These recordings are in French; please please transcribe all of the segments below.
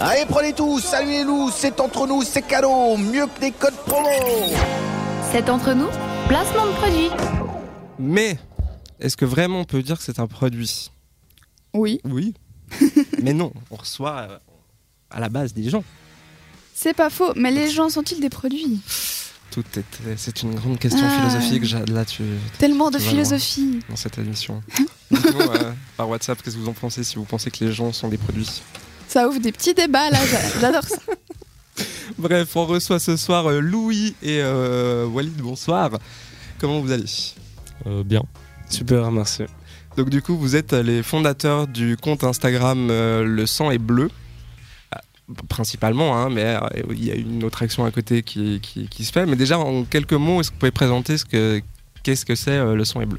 Allez, prenez tout, saluez-nous, c'est entre nous, c'est cadeau, mieux que des codes promo. C'est entre nous, placement de produit. Mais, est-ce que vraiment on peut dire que c'est un produit ? Oui. Oui. Mais non, on reçoit à la base des gens. C'est pas faux, mais les gens sont-ils des produits ? C'est une grande question philosophique. Là, tellement de tu philosophie dans cette émission. Dites-nous par WhatsApp, qu'est-ce que vous en pensez, si vous pensez que les gens sont des produits. Ça ouvre des petits débats là, j'adore ça. Bref, on reçoit ce soir Louis et Walid, bonsoir. Comment vous allez ? Bien. Super, merci. Donc du coup, vous êtes les fondateurs du compte Instagram Le Sang est bleu. Principalement, mais il y a une autre action à côté qui se fait. Mais déjà, en quelques mots, est-ce que vous pouvez présenter qu'est-ce que c'est Le Sang est bleu ?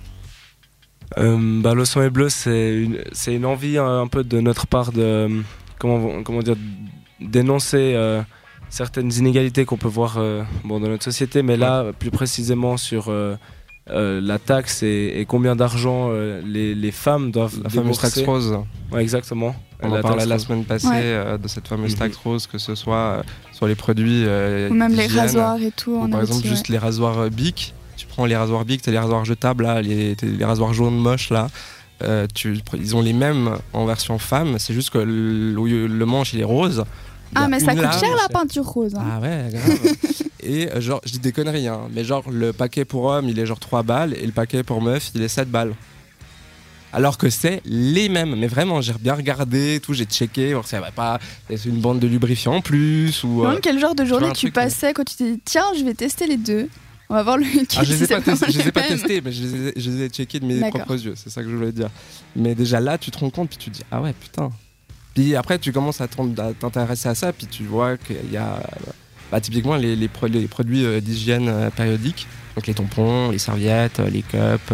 Le Sang est bleu, c'est une envie un peu de notre part de comment dire, dénoncer certaines inégalités qu'on peut voir dans notre société, mais là plus précisément sur la taxe et combien d'argent les femmes doivent la fameuse taxe rose. Ouais, exactement. On en parlait la semaine passée de cette fameuse taxe rose, que ce soit sur les produits ou même les rasoirs et tout. Ou par exemple juste les rasoirs Bic. Tu prends les rasoirs Bic, t'as les rasoirs jetables là, les rasoirs jaunes moches là. Ils ont les mêmes en version femme, c'est juste que le manche il est rose. Mais ça coûte cher la peinture rose. Ah ouais, grave. Et genre, je dis des conneries, mais genre le paquet pour homme il est genre 3 balles et le paquet pour meuf il est 7 balles. Alors que c'est les mêmes, mais vraiment j'ai bien regardé, tout, j'ai checké, voir s'il n'y avait pas une bande de lubrifiant en plus ou. Quel genre de journée tu passais quand tu t'es dit tiens je vais tester les deux. On va voir lequel. Je les ai pas testés, mais je les ai checkés de mes propres yeux, c'est ça que je voulais dire. Mais déjà là, tu te rends compte, puis tu te dis ah ouais putain. Puis après, tu commences à t'intéresser à ça, puis tu vois qu'il y a typiquement les produits d'hygiène périodique, donc les tampons, les serviettes, les cups,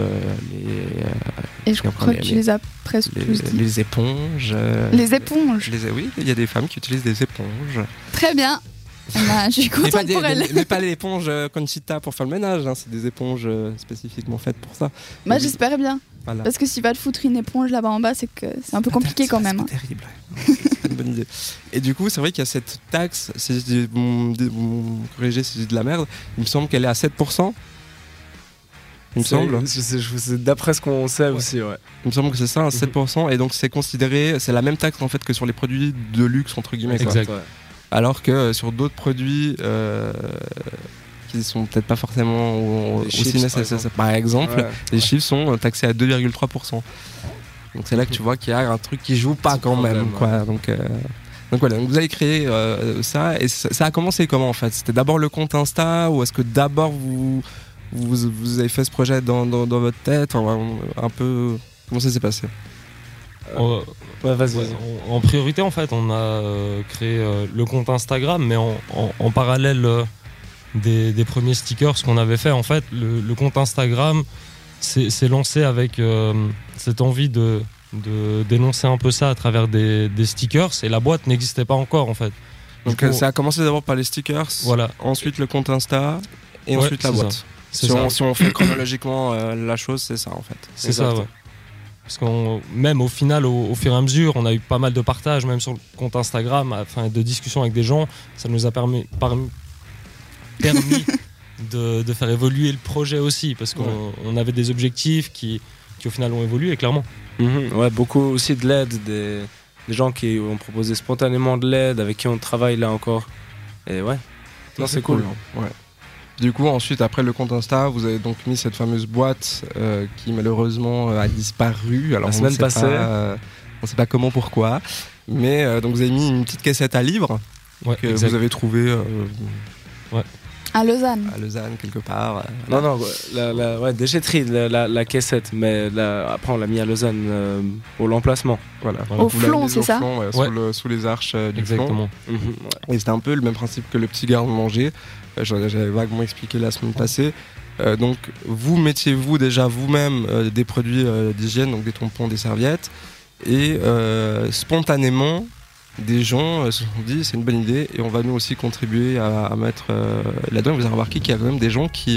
et je crois que tu les as presque tous dit. Les éponges. Les éponges. Oui, il y a des femmes qui utilisent des éponges. Très bien. Je suis contente pour elle. Mais pas les éponges Conchita pour faire le ménage, c'est des éponges spécifiquement faites pour ça. J'espère bien. Voilà. Parce que si tu vas te foutre une éponge là-bas en bas, c'est que c'est un peu compliqué quand même. C'est terrible. C'est pas une bonne idée. Et du coup, c'est vrai qu'il y a cette taxe, vous me corrigez si je dis de la merde, il me semble qu'elle est à 7%. Il me semble. C'est d'après ce qu'on sait aussi, ouais. Il me semble que c'est ça, 7%. Et donc c'est considéré, c'est la même taxe en fait que sur les produits de luxe entre guillemets. Exact. Quoi. Alors que sur d'autres produits qui sont peut-être pas forcément aussi nécessaires. Par exemple, les chiffres sont taxés à 2,3%. Donc c'est là que tu vois qu'il y a un truc qui joue pas quand même. Quoi. Donc voilà, donc vous avez créé ça. Et ça a commencé comment en fait ? C'était d'abord le compte Insta ou est-ce que d'abord vous avez fait ce projet dans votre tête ? Un peu, comment ça s'est passé ? Vas-y. En priorité, en fait, on a créé le compte Instagram, mais en parallèle des premiers stickers qu'on avait fait. En fait, le compte Instagram s'est lancé avec cette envie de dénoncer un peu ça à travers des stickers, et la boîte n'existait pas encore, en fait. Donc ça a commencé d'abord par les stickers, voilà. Ensuite le compte Insta, et ensuite la boîte. Si on fait chronologiquement la chose, c'est ça, en fait. C'est ça, ouais. Parce même au final, au fur et à mesure, on a eu pas mal de partages, même sur le compte Instagram, de discussions avec des gens. Ça nous a permis de faire évoluer le projet aussi, parce qu'on avait des objectifs qui au final ont évolué, clairement. Ouais, beaucoup aussi de l'aide, des gens qui ont proposé spontanément de l'aide, avec qui on travaille là encore. Et ouais, non, c'est cool. Ouais. Du coup, ensuite, après le compte Insta, vous avez donc mis cette fameuse boîte qui malheureusement a disparu. Alors, la semaine passée. On ne sait pas comment, pourquoi. Mais donc, vous avez mis une petite cassette à livres que vous avez trouvée à Lausanne. À Lausanne, quelque part. Non, la déchetterie, la cassette. Mais après, on l'a mis à Lausanne pour l'emplacement. Voilà. Au Flon, c'est ça ? Sous les arches du Exactement. Flon. Et c'était un peu le même principe que le petit garde-manger. J'avais vaguement expliqué la semaine passée. Donc vous mettiez-vous déjà vous-même des produits d'hygiène, donc des tampons, des serviettes, et spontanément des gens se sont dit c'est une bonne idée et on va nous aussi contribuer à mettre là-dedans. Vous avez remarqué qu'il y a quand même des gens qui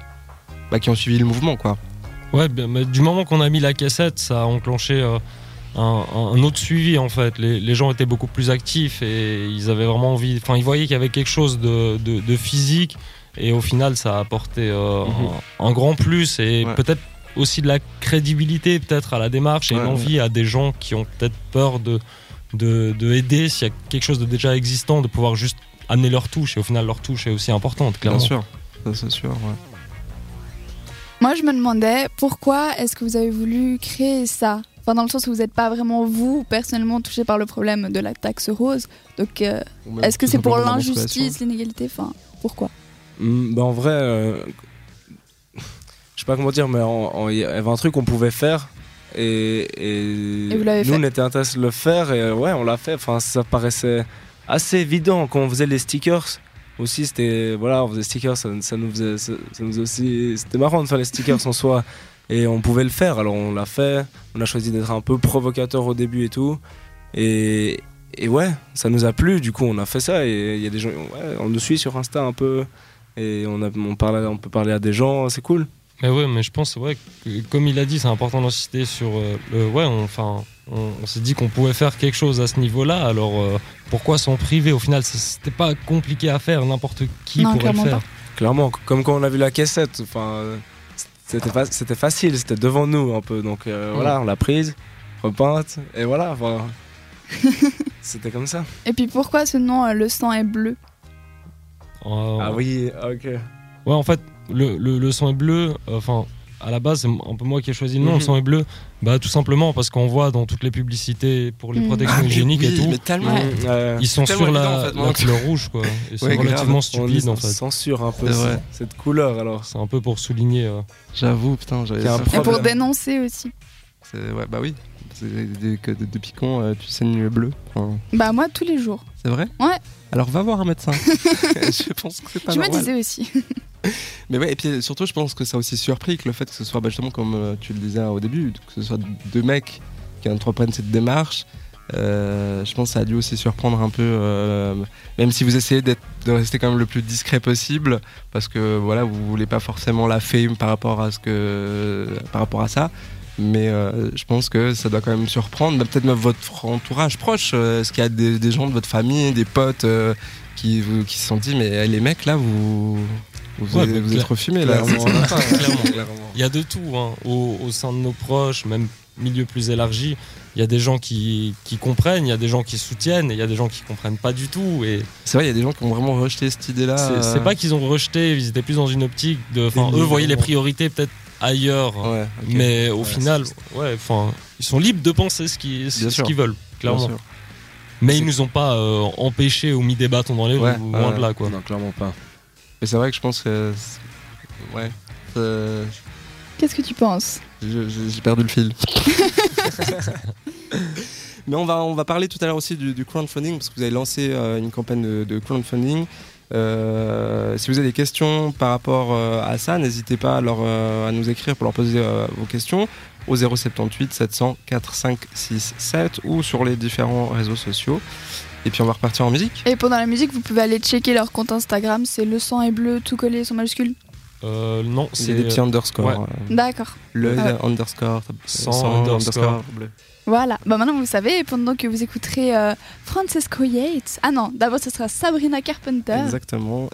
ont suivi le mouvement, quoi. Ouais, mais du moment qu'on a mis la cassette, ça a enclenché un autre suivi en fait. Les gens étaient beaucoup plus actifs et ils avaient vraiment envie. Enfin, ils voyaient qu'il y avait quelque chose de physique et au final, ça a apporté un grand plus et peut-être aussi de la crédibilité peut-être à la démarche et une envie à des gens qui ont peut-être peur de aider s'il y a quelque chose de déjà existant, de pouvoir juste amener leur touche et au final leur touche est aussi importante, clairement. Bien sûr, ça, c'est sûr, ouais. Moi je me demandais pourquoi est-ce que vous avez voulu créer ça, enfin dans le sens où vous n'êtes pas vraiment vous personnellement touché par le problème de la taxe rose, donc est-ce que c'est pour l'injustice, l'inégalité, enfin pourquoi? En vrai je sais pas comment dire, mais il y avait un truc qu'on pouvait faire et vous l'avez fait. On était intéressés de le faire et on l'a fait. Enfin, ça paraissait assez évident quand on faisait les stickers. Aussi, c'était on faisait stickers, ça nous faisait aussi, c'était marrant de faire les stickers en soi et on pouvait le faire. Alors on l'a fait. On a choisi d'être un peu provocateur au début et tout. Et ça nous a plu. Du coup, on a fait ça et il y a des gens, on nous suit sur Insta un peu et on peut parler à des gens. C'est cool. Mais je pense que comme il a dit, c'est important d'insister sur on s'est dit qu'on pouvait faire quelque chose à ce niveau-là, alors pourquoi s'en priver? Au final, c'était pas compliqué à faire, n'importe qui pourrait le faire. Clairement, comme quand on a vu la cassette, c'était facile, c'était devant nous un peu, donc on l'a prise, repeinte, et voilà, c'était comme ça. Et puis pourquoi ce nom, le sang est bleu? Ah oui, ok. Ouais, en fait, le sang est bleu, à la base, c'est un peu moi qui ai choisi le nom, le sang est bleu, tout simplement parce qu'on voit dans toutes les publicités pour les protections hygiéniques et tout, mais tellement, ils sont sur la couleur rouge, quoi. Et c'est relativement stupide, en fait. On censure un peu cette couleur, alors. C'est un peu pour souligner. J'avoue, putain, j'avais ça. Et pour dénoncer aussi. Oui. Depuis quand tu saignes le bleu? Moi, tous les jours. C'est vrai? Ouais. Alors va voir un médecin. Je pense que c'est pas normal. Je me disais aussi. Mais et puis surtout je pense que ça a aussi surpris que le fait que ce soit justement comme tu le disais au début, que ce soit deux mecs qui entreprennent cette démarche, je pense que ça a dû aussi surprendre un peu, même si vous essayez de rester quand même le plus discret possible, parce que vous voulez pas forcément la fame par rapport à ça. Mais je pense que ça doit quand même surprendre, peut-être même votre entourage proche. Est-ce qu'il y a des gens de votre famille, des potes qui se sont dit mais les mecs là vous êtes refumés là? Clairement. Il y a de tout au sein de nos proches, même milieu plus élargi. Il y a des gens qui comprennent, il y a des gens qui soutiennent et il y a des gens qui comprennent pas du tout. Et c'est vrai, il y a des gens qui ont vraiment rejeté cette idée-là. C'est pas qu'ils ont rejeté, ils étaient plus dans une optique de. Eux voyaient les priorités peut-être ailleurs, mais au final, ils sont libres de penser ce qu'ils veulent, clairement. Mais ils nous ont pas empêchés ou mis des bâtons dans les roues, loin de là, quoi. Non, clairement pas. Mais c'est vrai que je pense que Qu'est-ce que tu penses? J'ai perdu le fil. Mais on va parler tout à l'heure aussi du crowdfunding, parce que vous avez lancé une campagne de crowdfunding. Si vous avez des questions par rapport à ça, n'hésitez pas à nous écrire pour leur poser vos questions au 078 700 4567 ou sur les différents réseaux sociaux. Et puis on va repartir en musique. Et pendant la musique, vous pouvez aller checker leur compte Instagram, c'est le sang est bleu, tout collé, sans majuscule. Non, c'est des petits underscores. D'accord. Le underscore, sans underscore bleu. Voilà, maintenant vous savez, pendant que vous écouterez Francesco Yates. Ah non, d'abord ce sera Sabrina Carpenter. Exactement.